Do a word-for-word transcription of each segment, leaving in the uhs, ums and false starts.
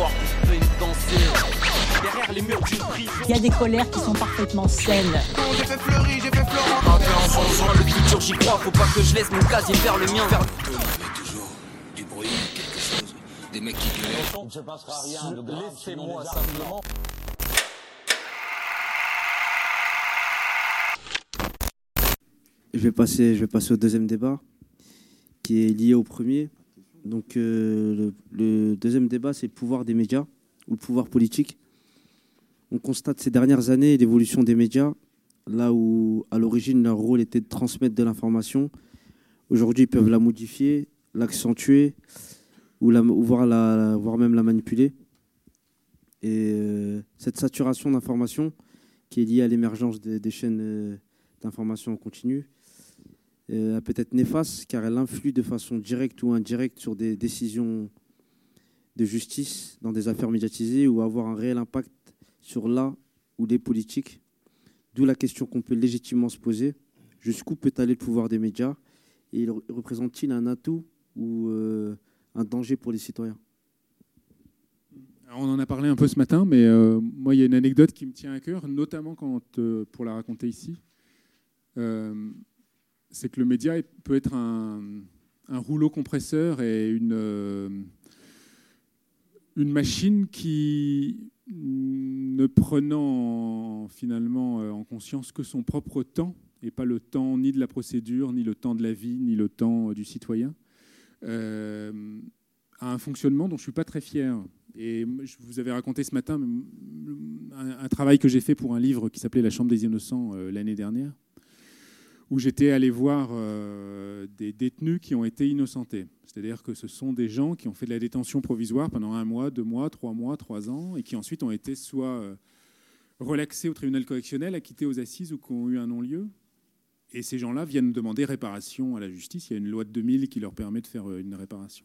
voir qu'on peut y danser. Derrière les murs d'une prison. Il y a des colères qui sont parfaitement saines. J'ai fait fleurir, j'ai fait Florent. Un peu en changeant le futur, j'y crois. Faut pas que je laisse mon casier faire le mien. Vers... Il y avait toujours du bruit, quelque chose. Des mecs qui gueulaient. Il ne se passera rien de grave. Laissez-moi simplement. Je vais passer, je vais passer au deuxième débat, qui est lié au premier. Donc, euh, le, le deuxième débat, c'est le pouvoir des médias ou le pouvoir politique. On constate ces dernières années l'évolution des médias, là où, à l'origine, leur rôle était de transmettre de l'information. Aujourd'hui, ils peuvent la modifier, l'accentuer, ou, la, ou voire, la, voire même la manipuler. Et euh, cette saturation d'information, qui est liée à l'émergence des, des chaînes euh, d'information en continu, euh, peut être néfaste, car elle influe de façon directe ou indirecte sur des décisions de justice dans des affaires médiatisées ou avoir un réel impact sur la ou les politiques. D'où la question qu'on peut légitimement se poser: jusqu'où peut aller le pouvoir des médias, et représente-t-il un atout ou euh, un danger pour les citoyens? Alors on en a parlé un peu ce matin, mais euh, moi, il y a une anecdote qui me tient à cœur, notamment quand, euh, pour la raconter ici. Euh, c'est que le média peut être un, un rouleau compresseur et une, euh, une machine qui, ne prenant finalement en conscience que son propre temps, et pas le temps ni de la procédure, ni le temps de la vie, ni le temps du citoyen, euh, a un fonctionnement dont je ne suis pas très fier. Et je vous avais raconté ce matin un, un travail que j'ai fait pour un livre qui s'appelait La Chambre des Innocents euh, l'année dernière, où j'étais allé voir euh, des détenus qui ont été innocentés. C'est-à-dire que ce sont des gens qui ont fait de la détention provisoire pendant un mois, deux mois, trois mois, trois ans, et qui ensuite ont été soit euh, relaxés au tribunal correctionnel, acquittés aux assises ou qui ont eu un non-lieu. Et ces gens-là viennent demander réparation à la justice. Il y a une loi de deux mille qui leur permet de faire une réparation.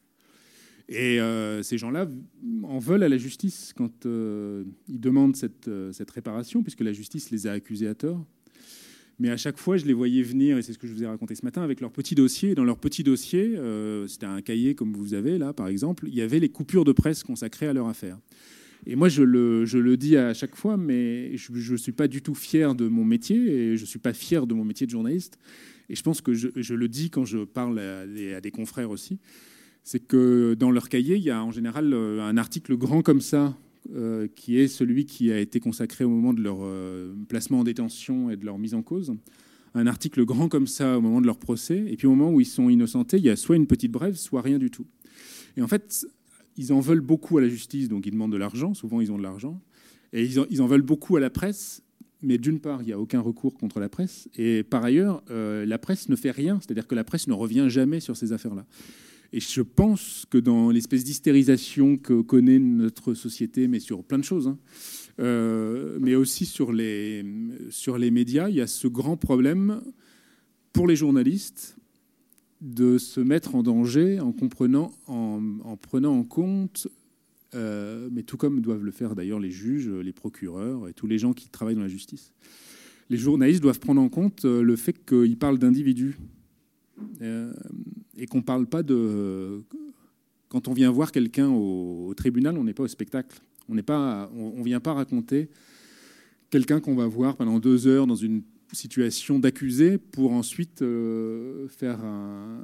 Et euh, ces gens-là en veulent à la justice quand euh, ils demandent cette, euh, cette réparation, puisque la justice les a accusés à tort. Mais à chaque fois, je les voyais venir, et c'est ce que je vous ai raconté ce matin, avec leur petit dossier. Et dans leur petit dossier, euh, c'était un cahier comme vous avez là, par exemple, il y avait les coupures de presse consacrées à leur affaire. Et moi, je le, je le dis à chaque fois, mais je ne suis pas du tout fier de mon métier, et je ne suis pas fier de mon métier de journaliste. Et je pense que je, je le dis quand je parle à des, à des confrères aussi, c'est que dans leur cahier, il y a en général un article grand comme ça, Euh, qui est celui qui a été consacré au moment de leur euh, placement en détention et de leur mise en cause. Un article grand comme ça au moment de leur procès, et puis au moment où ils sont innocentés, il y a soit une petite brève, soit rien du tout. Et en fait, ils en veulent beaucoup à la justice, donc ils demandent de l'argent, souvent ils ont de l'argent, et ils en, ils en veulent beaucoup à la presse, mais d'une part, il n'y a aucun recours contre la presse, et par ailleurs, euh, la presse ne fait rien, c'est-à-dire que la presse ne revient jamais sur ces affaires-là. Et je pense que dans l'espèce d'hystérisation que connaît notre société, mais sur plein de choses, hein, euh, mais aussi sur les, sur les médias, il y a ce grand problème pour les journalistes de se mettre en danger en, comprenant, en, en prenant en compte, euh, mais tout comme doivent le faire d'ailleurs les juges, les procureurs et tous les gens qui travaillent dans la justice, les journalistes doivent prendre en compte le fait qu'ils parlent d'individus. Euh, et qu'on ne parle pas de... Quand on vient voir quelqu'un au, au tribunal, on n'est pas au spectacle. On n'est pas, on ne vient pas raconter quelqu'un qu'on va voir pendant deux heures dans une situation d'accusé pour ensuite euh, faire un,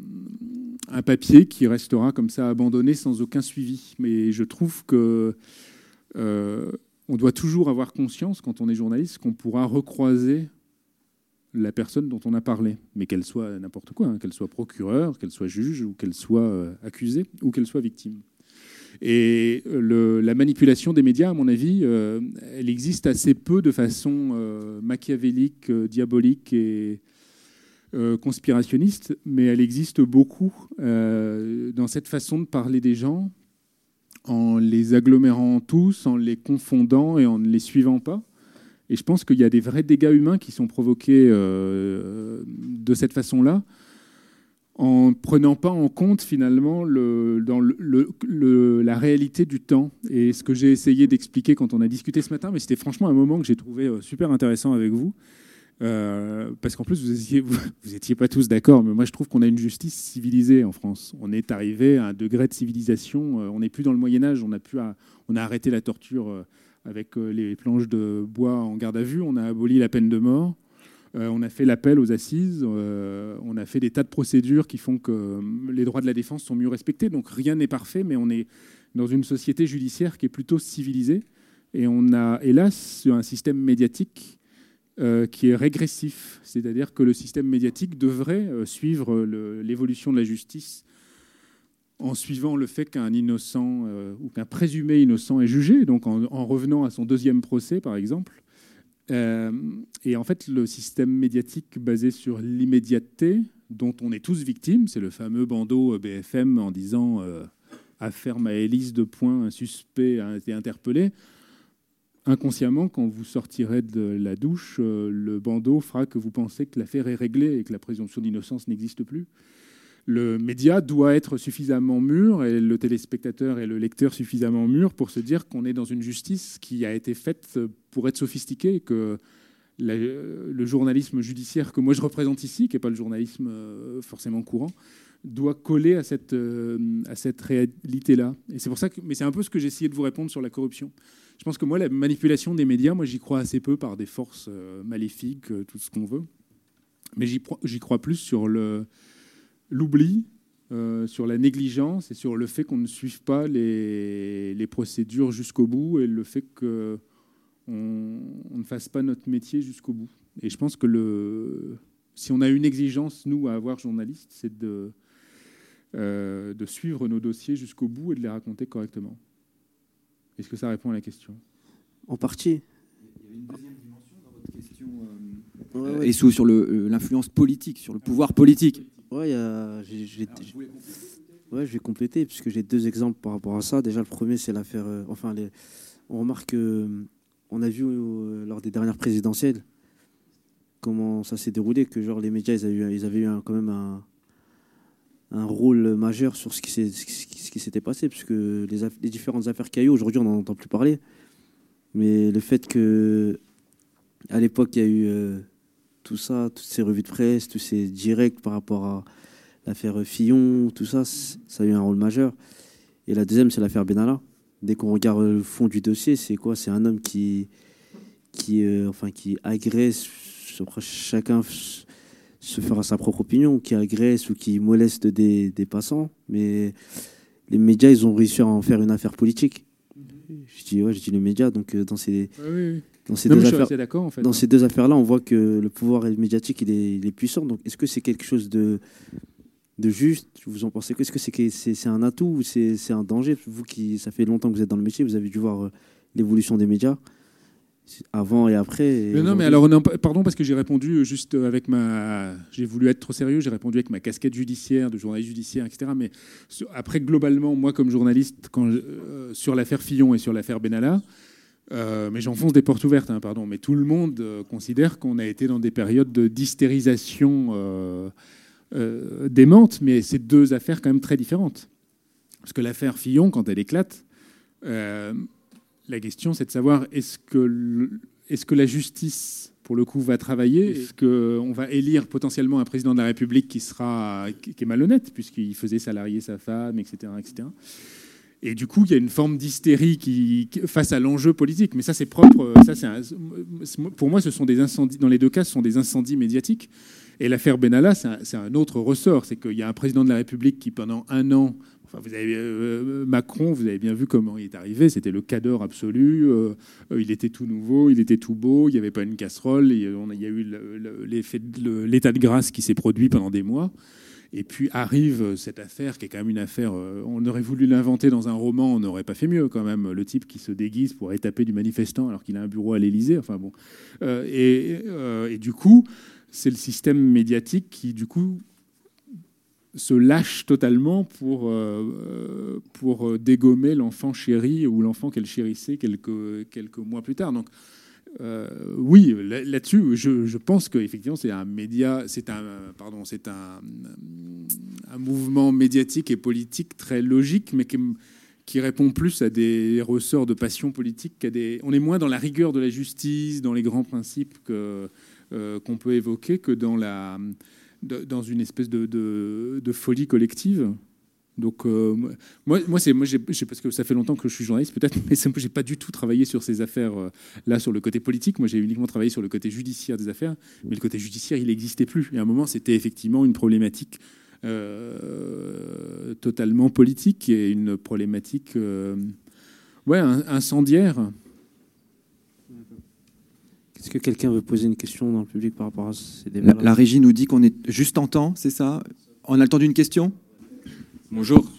un papier qui restera comme ça abandonné sans aucun suivi. Mais je trouve que euh, on doit toujours avoir conscience, quand on est journaliste, qu'on pourra recroiser la personne dont on a parlé, mais qu'elle soit n'importe quoi, hein, qu'elle soit procureur, qu'elle soit juge, ou qu'elle soit euh, accusée, ou qu'elle soit victime. Et le, la manipulation des médias, à mon avis, euh, elle existe assez peu de façon euh, machiavélique, euh, diabolique et euh, conspirationniste, mais elle existe beaucoup euh, dans cette façon de parler des gens, en les agglomérant tous, en les confondant et en ne les suivant pas. Et je pense qu'il y a des vrais dégâts humains qui sont provoqués euh, de cette façon-là, en ne prenant pas en compte finalement le, dans le, le, le, la réalité du temps. Et ce que j'ai essayé d'expliquer quand on a discuté ce matin, mais c'était franchement un moment que j'ai trouvé super intéressant avec vous, Euh, parce qu'en plus, vous étiez, vous, vous étiez pas tous d'accord, mais moi je trouve qu'on a une justice civilisée en France. On est arrivé à un degré de civilisation. Euh, on n'est plus dans le Moyen-Âge. On a, pu à, on a arrêté la torture euh, avec euh, les planches de bois en garde à vue. On a aboli la peine de mort. Euh, on a fait l'appel aux assises. Euh, on a fait des tas de procédures qui font que euh, les droits de la défense sont mieux respectés. Donc rien n'est parfait, mais on est dans une société judiciaire qui est plutôt civilisée. Et on a, hélas, un système médiatique euh, qui est régressif. C'est-à-dire que le système médiatique devrait euh, suivre le, l'évolution de la justice en suivant le fait qu'un innocent euh, ou qu'un présumé innocent est jugé, donc en, en revenant à son deuxième procès, par exemple. Euh, et en fait, le système médiatique basé sur l'immédiateté, dont on est tous victimes, c'est le fameux bandeau B F M en disant euh, « Affaire Maëlys, deux points, un suspect a été interpellé ». Inconsciemment, quand vous sortirez de la douche, euh, le bandeau fera que vous pensez que l'affaire est réglée et que la présomption d'innocence n'existe plus. Le média doit être suffisamment mûr, et le téléspectateur et le lecteur suffisamment mûrs pour se dire qu'on est dans une justice qui a été faite pour être sophistiquée, et que la, le journalisme judiciaire que moi je représente ici, qui n'est pas le journalisme forcément courant, doit coller à cette, à cette réalité-là. Et c'est pour ça que, mais c'est un peu ce que j'ai essayé de vous répondre sur la corruption. Je pense que moi, la manipulation des médias, moi, j'y crois assez peu par des forces maléfiques, tout ce qu'on veut. Mais j'y, j'y crois plus sur le, l'oubli, euh, sur la négligence et sur le fait qu'on ne suive pas les, les procédures jusqu'au bout et le fait qu'on on ne fasse pas notre métier jusqu'au bout. Et je pense que le, si on a une exigence, nous, à avoir journalistes, c'est de, euh, de suivre nos dossiers jusqu'au bout et de les raconter correctement. Est-ce que ça répond à la question ? En partie. Il y avait une deuxième dimension dans votre question, euh, Ouais, euh, ouais. et sous, sur le, euh, l'influence politique, sur le pouvoir politique. Ouais, il y a- j'ai- j'ai- Alors, vous voulez compléter ? ouais, je vais compléter puisque j'ai deux exemples par rapport à ça. Déjà, le premier, c'est l'affaire. euh, enfin, les, on remarque que, euh, on a vu euh, lors des dernières présidentielles comment ça s'est déroulé, que genre les médias, ils avaient eu, ils avaient eu un- quand même un, un rôle majeur sur ce qui, s'est- ce qui, ce qui s'était passé, puisque les, aff- les différentes affaires qu'il y a eu, aujourd'hui, on n'en entend plus parler. Mais le fait que, à l'époque, il y a eu euh, tout ça, toutes ces revues de presse, tous ces directs par rapport à l'affaire Fillon, tout ça, c- ça a eu un rôle majeur. Et la deuxième, c'est l'affaire Benalla. Dès qu'on regarde le fond du dossier, c'est quoi ? C'est un homme qui, qui, euh, enfin, qui agresse, après, chacun f- se fera sa propre opinion, qui agresse ou qui moleste des, des passants. Mais les médias, ils ont réussi à en faire une affaire politique. Je dis, ouais, je dis les médias. Donc, euh, dans ces, Oui, oui. dans ces Non, mais deux je suis affaires, assez d'accord, en fait. dans ces deux affaires-là, on voit que le pouvoir médiatique, il est, il est puissant. Donc, est-ce que c'est quelque chose de, de juste ? Vous en pensez quoi ? Est-ce que c'est, que c'est, c'est un atout ou c'est, c'est un danger ? Vous qui, ça fait longtemps que vous êtes dans le métier, vous avez dû voir euh, l'évolution des médias avant et après. Et Mais non, mais aujourd'hui. alors, non, pardon, parce que j'ai répondu juste avec ma... J'ai voulu être trop sérieux, j'ai répondu avec ma casquette judiciaire, de journaliste judiciaire, et cetera. Mais sur- après, globalement, moi, comme journaliste, quand, je- euh, sur l'affaire Fillon et sur l'affaire Benalla, euh, mais j'enfonce des portes ouvertes, hein, pardon, mais tout le monde euh, considère qu'on a été dans des périodes de d'hystérisation euh, euh, démente, mais c'est deux affaires quand même très différentes. Parce que l'affaire Fillon, quand elle éclate... euh, La question, c'est de savoir est-ce que, le- est-ce que la justice, pour le coup, va travailler ? Est-ce qu'on va élire potentiellement un président de la République qui, sera, qui est malhonnête, puisqu'il faisait salarier sa femme, et cetera, et cetera. Et du coup, il y a une forme d'hystérie qui, qui- face à l'enjeu politique. Mais ça, c'est propre. Ça, c'est un- pour moi, ce sont des incendies. Dans les deux cas, ce sont des incendies médiatiques. Et l'affaire Benalla, c'est un, c'est un autre ressort. C'est qu'il y a un président de la République qui, pendant un an, enfin, vous avez euh, Macron, vous avez bien vu comment il est arrivé. C'était le cadre absolu. Euh, euh, il était tout nouveau, il était tout beau. Il n'y avait pas une casserole. Et on a- il y a eu le- le- l'effet de- le- l'état de grâce qui s'est produit pendant des mois. Et puis arrive cette affaire qui est quand même une affaire... euh, on aurait voulu l'inventer dans un roman, on n'aurait pas fait mieux quand même. Le type qui se déguise pour aller taper du manifestant alors qu'il a un bureau à l'Élysée. Enfin bon. Euh, et, euh, et du coup, c'est le système médiatique qui, du coup, se lâche totalement pour, euh, pour dégommer l'enfant chéri ou l'enfant qu'elle chérissait quelques, quelques mois plus tard. Donc, Euh, oui, là- là-dessus, je, je pense qu'effectivement, c'est un média, c'est un, pardon, c'est un, un mouvement médiatique et politique très logique, mais qui, qui répond plus à des ressorts de passion politique qu'à des. On est moins dans la rigueur de la justice, dans les grands principes que euh, qu'on peut évoquer que dans, la, de, dans une espèce de, de, de folie collective. Donc, euh, moi, moi, c'est, moi j'ai, j'ai, parce que ça fait longtemps que je suis journaliste, peut-être, mais je n'ai pas du tout travaillé sur ces affaires-là, euh, sur le côté politique. Moi, j'ai uniquement travaillé sur le côté judiciaire des affaires, mais le côté judiciaire, il n'existait plus. Et à un moment, c'était effectivement une problématique euh, totalement politique et une problématique euh, ouais, incendiaire. Est-ce que quelqu'un veut poser une question dans le public par rapport à ces débats-là ? La, la régie nous dit qu'on est juste en temps, c'est ça ? On a le temps d'une question ? Bonjour.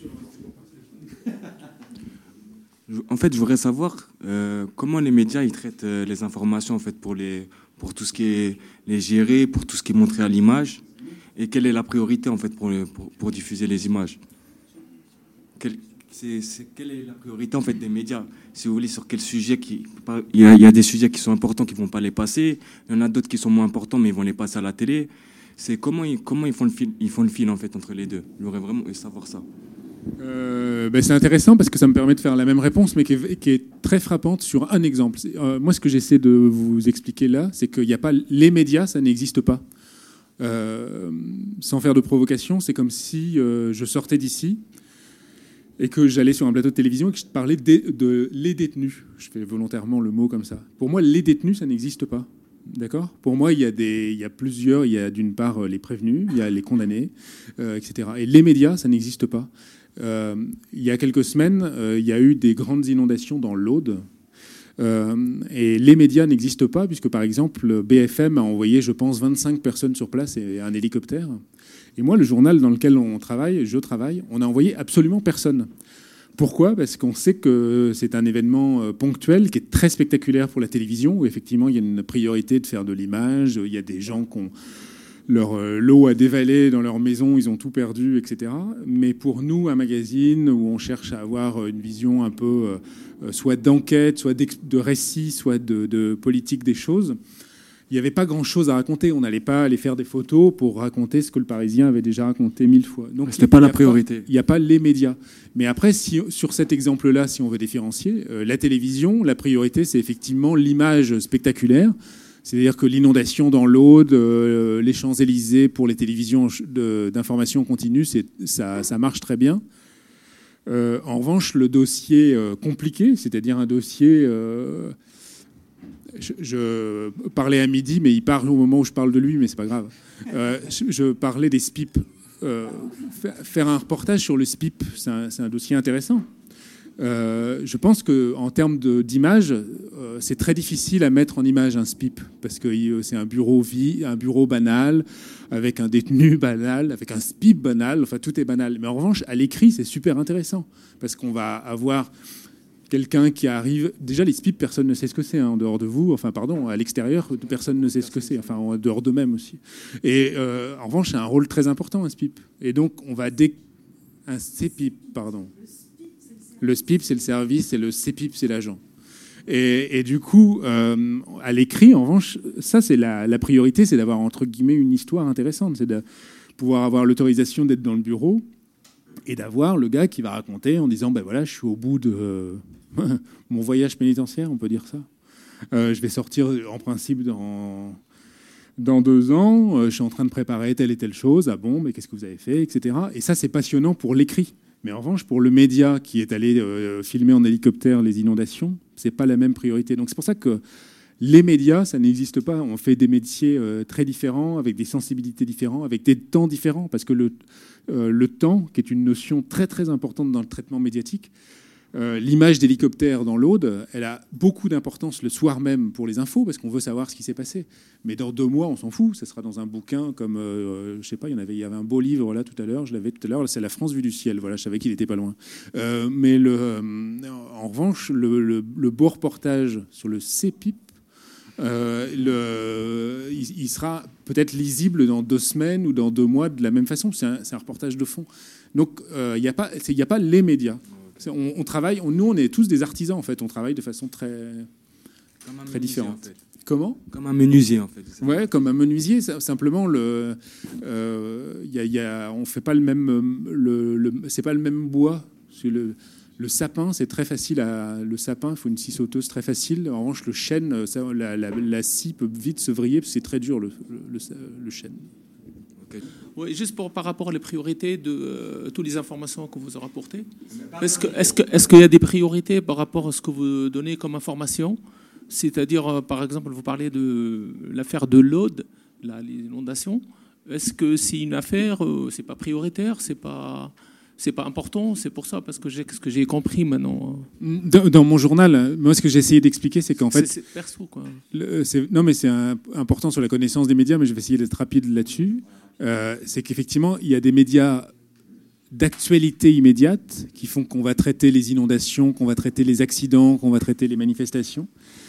En fait, je voudrais savoir euh, comment les médias ils traitent euh, les informations en fait pour les pour tout ce qui est les gérer, pour tout ce qui est montré à l'image, et quelle est la priorité en fait pour pour, pour diffuser les images. Quelle, c'est, c'est, quelle est la priorité en fait des médias, si vous voulez, sur quel sujet qui il y a, il y a des sujets qui sont importants qui vont pas les passer, il y en a d'autres qui sont moins importants mais ils vont les passer à la télé. C'est comment ils, comment ils font le fil, ils font le fil en fait entre les deux. Je voudrais vraiment savoir ça. Euh, ben c'est intéressant parce que ça me permet de faire la même réponse, mais qui est, qui est très frappante sur un exemple. Euh, moi, ce que j'essaie de vous expliquer là, c'est qu'il n'y a pas les médias, ça n'existe pas. Euh, sans faire de provocation, c'est comme si euh, je sortais d'ici et que j'allais sur un plateau de télévision et que je parlais de, de les détenus. Je fais volontairement le mot comme ça. Pour moi, les détenus, ça n'existe pas. D'accord ? Pour moi, il y a des, il y a plusieurs. Il y a d'une part les prévenus, il y a les condamnés, euh, et cetera. Et les médias, ça n'existe pas. Euh, il y a quelques semaines, euh, il y a eu des grandes inondations dans l'Aude. Euh, et les médias n'existent pas, puisque par exemple, B F M a envoyé, je pense, vingt-cinq personnes sur place et un hélicoptère. Et moi, le journal dans lequel on travaille, je travaille, on n'a envoyé absolument personne. Pourquoi ? Parce qu'on sait que c'est un événement ponctuel qui est très spectaculaire pour la télévision, où effectivement il y a une priorité de faire de l'image, il y a des gens qui ont leur lot à dévaler dans leur maison, ils ont tout perdu, et cetera. Mais pour nous, un magazine où on cherche à avoir une vision un peu soit d'enquête, soit de récit, soit de, de politique des choses, il n'y avait pas grand-chose à raconter. On n'allait pas aller faire des photos pour raconter ce que le Parisien avait déjà raconté mille fois. Donc, c'était pas la priorité. Il n'y a pas les médias. Mais après, si, sur cet exemple-là, si on veut différencier, euh, la télévision, la priorité, c'est effectivement l'image spectaculaire. C'est-à-dire que l'inondation dans l'Aude, euh, les Champs-Élysées pour les télévisions de, d'information continue, c'est, ça, ça marche très bien. Euh, en revanche, le dossier euh, compliqué, c'est-à-dire un dossier... Euh, Je, je parlais à midi, mais il parle au moment où je parle de lui, mais c'est pas grave. Euh, je, je parlais des S P I P. Euh, faire un reportage sur le S P I P, c'est un, c'est un dossier intéressant. Euh, je pense qu'en termes de, d'image, euh, c'est très difficile à mettre en image un S P I P, parce que euh, c'est un bureau, vie, un bureau banal, avec un détenu banal, avec un S P I P banal, enfin tout est banal. Mais en revanche, à l'écrit, c'est super intéressant, parce qu'on va avoir... quelqu'un qui arrive... Déjà, les S P I P, personne ne sait ce que c'est, hein, en dehors de vous. Enfin, pardon, à l'extérieur, personne ne sait ce que c'est. Enfin, en dehors d'eux-mêmes aussi. Et euh, en revanche, c'est un rôle très important, un S P I P. Et donc, on va... Dé... Un C P I P, pardon. Le S P I P, c'est le service, et le C P I P, c'est l'agent. Et, et du coup, euh, à l'écrit, en revanche, ça, c'est la, la priorité, c'est d'avoir, entre guillemets, une histoire intéressante. C'est de pouvoir avoir l'autorisation d'être dans le bureau et d'avoir le gars qui va raconter en disant, ben voilà, je suis au bout de... Euh, mon voyage pénitentiaire, on peut dire ça. Euh, je vais sortir en principe dans, dans deux ans. Euh, je suis en train de préparer telle et telle chose. Ah bon, mais qu'est-ce que vous avez fait, et cetera. Et ça, c'est passionnant pour l'écrit. Mais en revanche, pour le média qui est allé euh, filmer en hélicoptère les inondations, c'est pas la même priorité. Donc c'est pour ça que les médias, ça n'existe pas. On fait des métiers euh, très différents, avec des sensibilités différentes, avec des temps différents, parce que le, euh, le temps, qui est une notion très très importante dans le traitement médiatique, Euh, l'image d'hélicoptère dans l'Aude, elle a beaucoup d'importance le soir même pour les infos, parce qu'on veut savoir ce qui s'est passé. Mais dans deux mois, on s'en fout. Ça sera dans un bouquin comme, euh, je sais pas, il y en avait, il y avait un beau livre là tout à l'heure. Je l'avais tout à l'heure. C'est La France vue du ciel. Voilà, je savais qu'il n'était pas loin. Euh, mais le, euh, en revanche, le, le, le beau reportage sur le C P I P, euh, le, il, il sera peut-être lisible dans deux semaines ou dans deux mois de la même façon. C'est un, c'est un reportage de fond. Donc, euh, il n'y a pas, il n'y a pas les médias. On, on travaille, on, nous, on est tous des artisans, en fait. On travaille de façon très, très différente. En fait. Comment ? Comme un menuisier, en fait. Ouais, comme un menuisier. Simplement, le, euh, y a, y a, on fait pas le même, le, le, c'est pas le même bois. C'est le, Le sapin, c'est très facile. À, le sapin, il faut une scie sauteuse très facile. En revanche, le chêne, ça, la, la, la scie peut vite se vriller parce que c'est très dur, le, le, le chêne. Okay. Oui, juste pour, par rapport aux priorités de euh, toutes les informations que vous avez rapportées. Est-ce que, est-ce que, est-ce qu'il y a des priorités par rapport à ce que vous donnez comme information? C'est-à-dire, euh, par exemple, vous parlez de l'affaire de l'Aude, l'inondation. Est-ce que c'est une affaire, euh, c'est pas prioritaire, c'est pas... C'est pas important, c'est pour ça, parce que j'ai, ce que j'ai compris maintenant. Dans, dans mon journal, moi, ce que j'ai essayé d'expliquer, c'est qu'en fait, c'est, c'est perso, quoi. Le, c'est, non, mais c'est un, important sur la connaissance des médias, mais je vais essayer d'être rapide là-dessus. Euh, c'est qu'effectivement, il y a des médias d'actualité immédiate qui font qu'on va traiter les inondations, qu'on va traiter les accidents, qu'on va traiter les manifestations.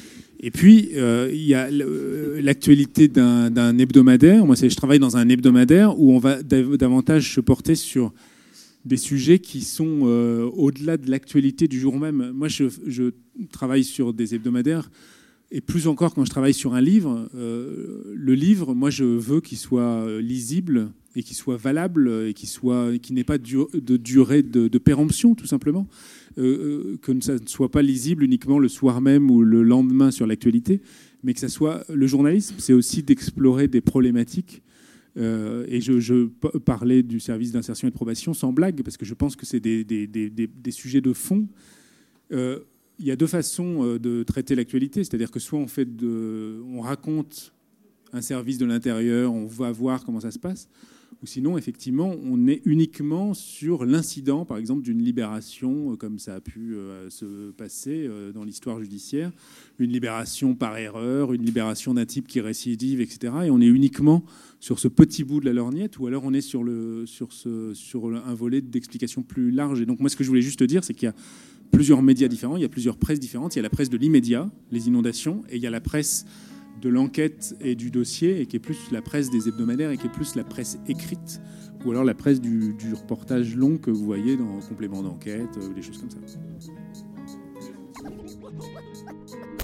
Et puis, euh, il y a l'actualité d'un, d'un hebdomadaire. Moi, c'est, je travaille dans un hebdomadaire où on va davantage se porter sur des sujets qui sont euh, au-delà de l'actualité du jour même. Moi, je, je travaille sur des hebdomadaires, et plus encore quand je travaille sur un livre. Euh, le livre, moi, je veux qu'il soit lisible et qu'il soit valable et qu'il soit, qu'il n'ait pas de durée de, de péremption, tout simplement. Euh, que ça ne soit pas lisible uniquement le soir même ou le lendemain sur l'actualité, mais que ça soit... Le journalisme, c'est aussi d'explorer des problématiques. Euh, et je, je parlais du service d'insertion et de probation sans blague, parce que je pense que c'est des, des, des, des sujets de fond. Euh, il y a deux façons de traiter l'actualité, c'est-à-dire que soit on, fait de, on raconte un service de l'intérieur, on va voir comment ça se passe, ou sinon, effectivement, on est uniquement sur l'incident, par exemple, d'une libération, comme ça a pu euh, se passer euh, dans l'histoire judiciaire, une libération par erreur, une libération d'un type qui récidive, et cetera. Et on est uniquement sur ce petit bout de la lorgnette, ou alors on est sur, le, sur, ce, sur un volet d'explication plus large. Et donc, moi, ce que je voulais juste dire, c'est qu'il y a plusieurs médias différents, il y a plusieurs presses différentes. Il y a la presse de l'immédiat, les inondations, et il y a la presse de l'enquête et du dossier, et qui est plus la presse des hebdomadaires, et qui est plus la presse écrite, ou alors la presse du, du reportage long que vous voyez dans Complément d'enquête, euh, des choses comme ça.